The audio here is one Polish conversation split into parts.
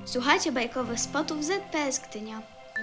Słuchajcie bajkowych spotów ZPS Gdynia.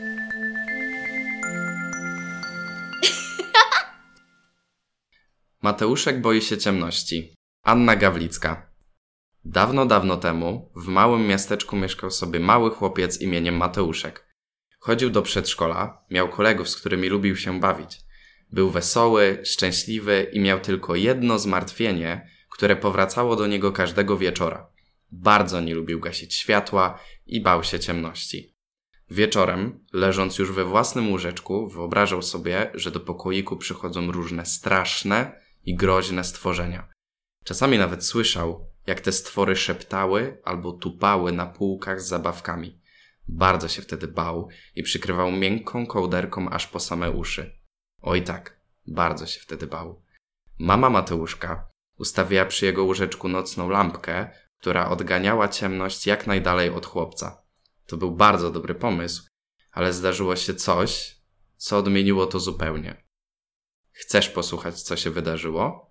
Mateuszek boi się ciemności. Anna Gawlicka. Dawno, dawno temu w małym miasteczku mieszkał sobie mały chłopiec imieniem Mateuszek. Chodził do przedszkola, miał kolegów, z którymi lubił się bawić. Był wesoły, szczęśliwy i miał tylko jedno zmartwienie, które powracało do niego każdego wieczora. Bardzo nie lubił gasić światła i bał się ciemności. Wieczorem, leżąc już we własnym łóżeczku, wyobrażał sobie, że do pokoiku przychodzą różne straszne i groźne stworzenia. Czasami nawet słyszał, jak te stwory szeptały albo tupały na półkach z zabawkami. Bardzo się wtedy bał i przykrywał miękką kołderką aż po same uszy. Oj tak, bardzo się wtedy bał. Mama Mateuszka ustawiła przy jego łóżeczku nocną lampkę, która odganiała ciemność jak najdalej od chłopca. To był bardzo dobry pomysł, ale zdarzyło się coś, co odmieniło to zupełnie. Chcesz posłuchać, co się wydarzyło?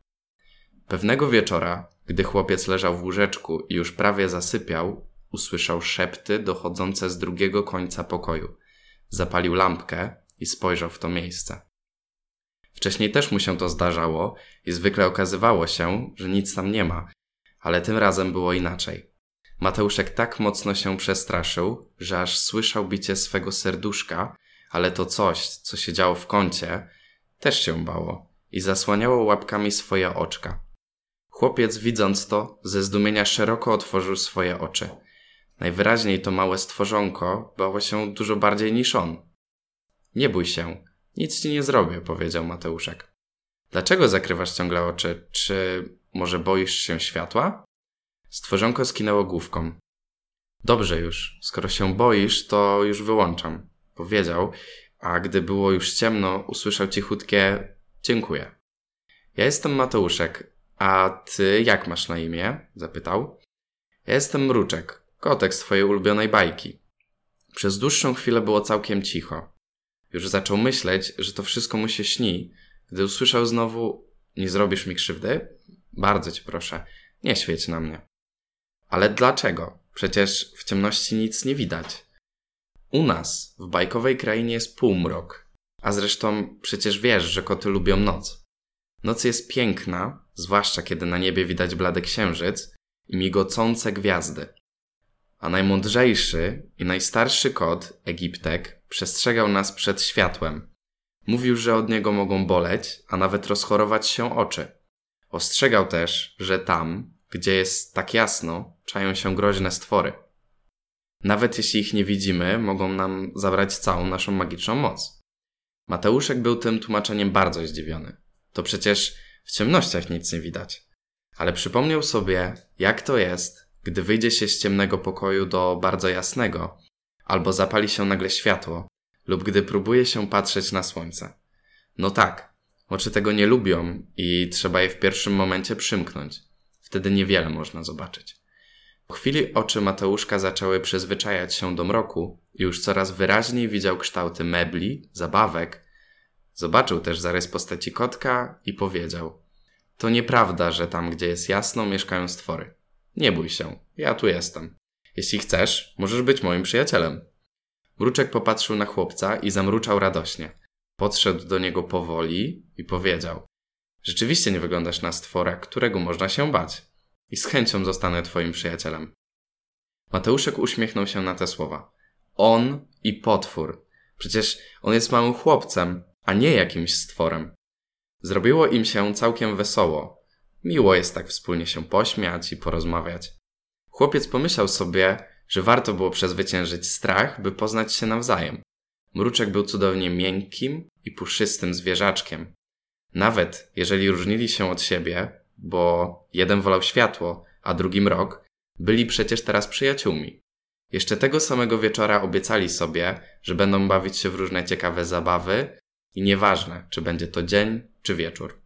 Pewnego wieczora, gdy chłopiec leżał w łóżeczku i już prawie zasypiał, usłyszał szepty dochodzące z drugiego końca pokoju. Zapalił lampkę i spojrzał w to miejsce. Wcześniej też mu się to zdarzało i zwykle okazywało się, że nic tam nie ma, ale tym razem było inaczej. Mateuszek tak mocno się przestraszył, że aż słyszał bicie swego serduszka, ale to coś, co się działo w kącie, też się bało i zasłaniało łapkami swoje oczka. Chłopiec, widząc to, ze zdumienia szeroko otworzył swoje oczy. Najwyraźniej to małe stworzonko bało się dużo bardziej niż on. Nie bój się, nic ci nie zrobię, powiedział Mateuszek. Dlaczego zakrywasz ciągle oczy? Czy może boisz się światła? Stworzonko skinęło główką. Dobrze już, skoro się boisz, to już wyłączam, powiedział, a gdy było już ciemno, usłyszał cichutkie dziękuję. Ja jestem Mateuszek, a ty jak masz na imię? Zapytał. Ja jestem Mruczek, kotek z twojej ulubionej bajki. Przez dłuższą chwilę było całkiem cicho. Już zaczął myśleć, że to wszystko mu się śni, gdy usłyszał znowu: nie zrobisz mi krzywdy? Bardzo cię proszę, nie świeć na mnie. Ale dlaczego? Przecież w ciemności nic nie widać. U nas, w bajkowej krainie jest półmrok. A zresztą przecież wiesz, że koty lubią noc. Noc jest piękna, zwłaszcza kiedy na niebie widać blady księżyc i migocące gwiazdy. A najmądrzejszy i najstarszy kot, Egiptek, przestrzegał nas przed światłem. Mówił, że od niego mogą boleć, a nawet rozchorować się oczy. Ostrzegał też, że tam, gdzie jest tak jasno, czają się groźne stwory. Nawet jeśli ich nie widzimy, mogą nam zabrać całą naszą magiczną moc. Mateuszek był tym tłumaczeniem bardzo zdziwiony. To przecież w ciemnościach nic nie widać. Ale przypomniał sobie, jak to jest, gdy wyjdzie się z ciemnego pokoju do bardzo jasnego, albo zapali się nagle światło, lub gdy próbuje się patrzeć na słońce. No tak, oczy tego nie lubią i trzeba je w pierwszym momencie przymknąć. Wtedy niewiele można zobaczyć. Po chwili oczy Mateuszka zaczęły przyzwyczajać się do mroku i już coraz wyraźniej widział kształty mebli, zabawek. Zobaczył też zarys postaci kotka i powiedział: to nieprawda, że tam, gdzie jest jasno, mieszkają stwory. Nie bój się, ja tu jestem. Jeśli chcesz, możesz być moim przyjacielem. Mruczek popatrzył na chłopca i zamruczał radośnie. Podszedł do niego powoli i powiedział: rzeczywiście nie wyglądasz na stwora, którego można się bać. I z chęcią zostanę twoim przyjacielem. Mateuszek uśmiechnął się na te słowa. On i potwór. Przecież on jest małym chłopcem, a nie jakimś stworem. Zrobiło im się całkiem wesoło. Miło jest tak wspólnie się pośmiać i porozmawiać. Chłopiec pomyślał sobie, że warto było przezwyciężyć strach, by poznać się nawzajem. Mruczek był cudownie miękkim i puszystym zwierzaczkiem. Nawet jeżeli różnili się od siebie, bo jeden wolał światło, a drugi mrok, byli przecież teraz przyjaciółmi. Jeszcze tego samego wieczora obiecali sobie, że będą bawić się w różne ciekawe zabawy i nieważne, czy będzie to dzień, czy wieczór.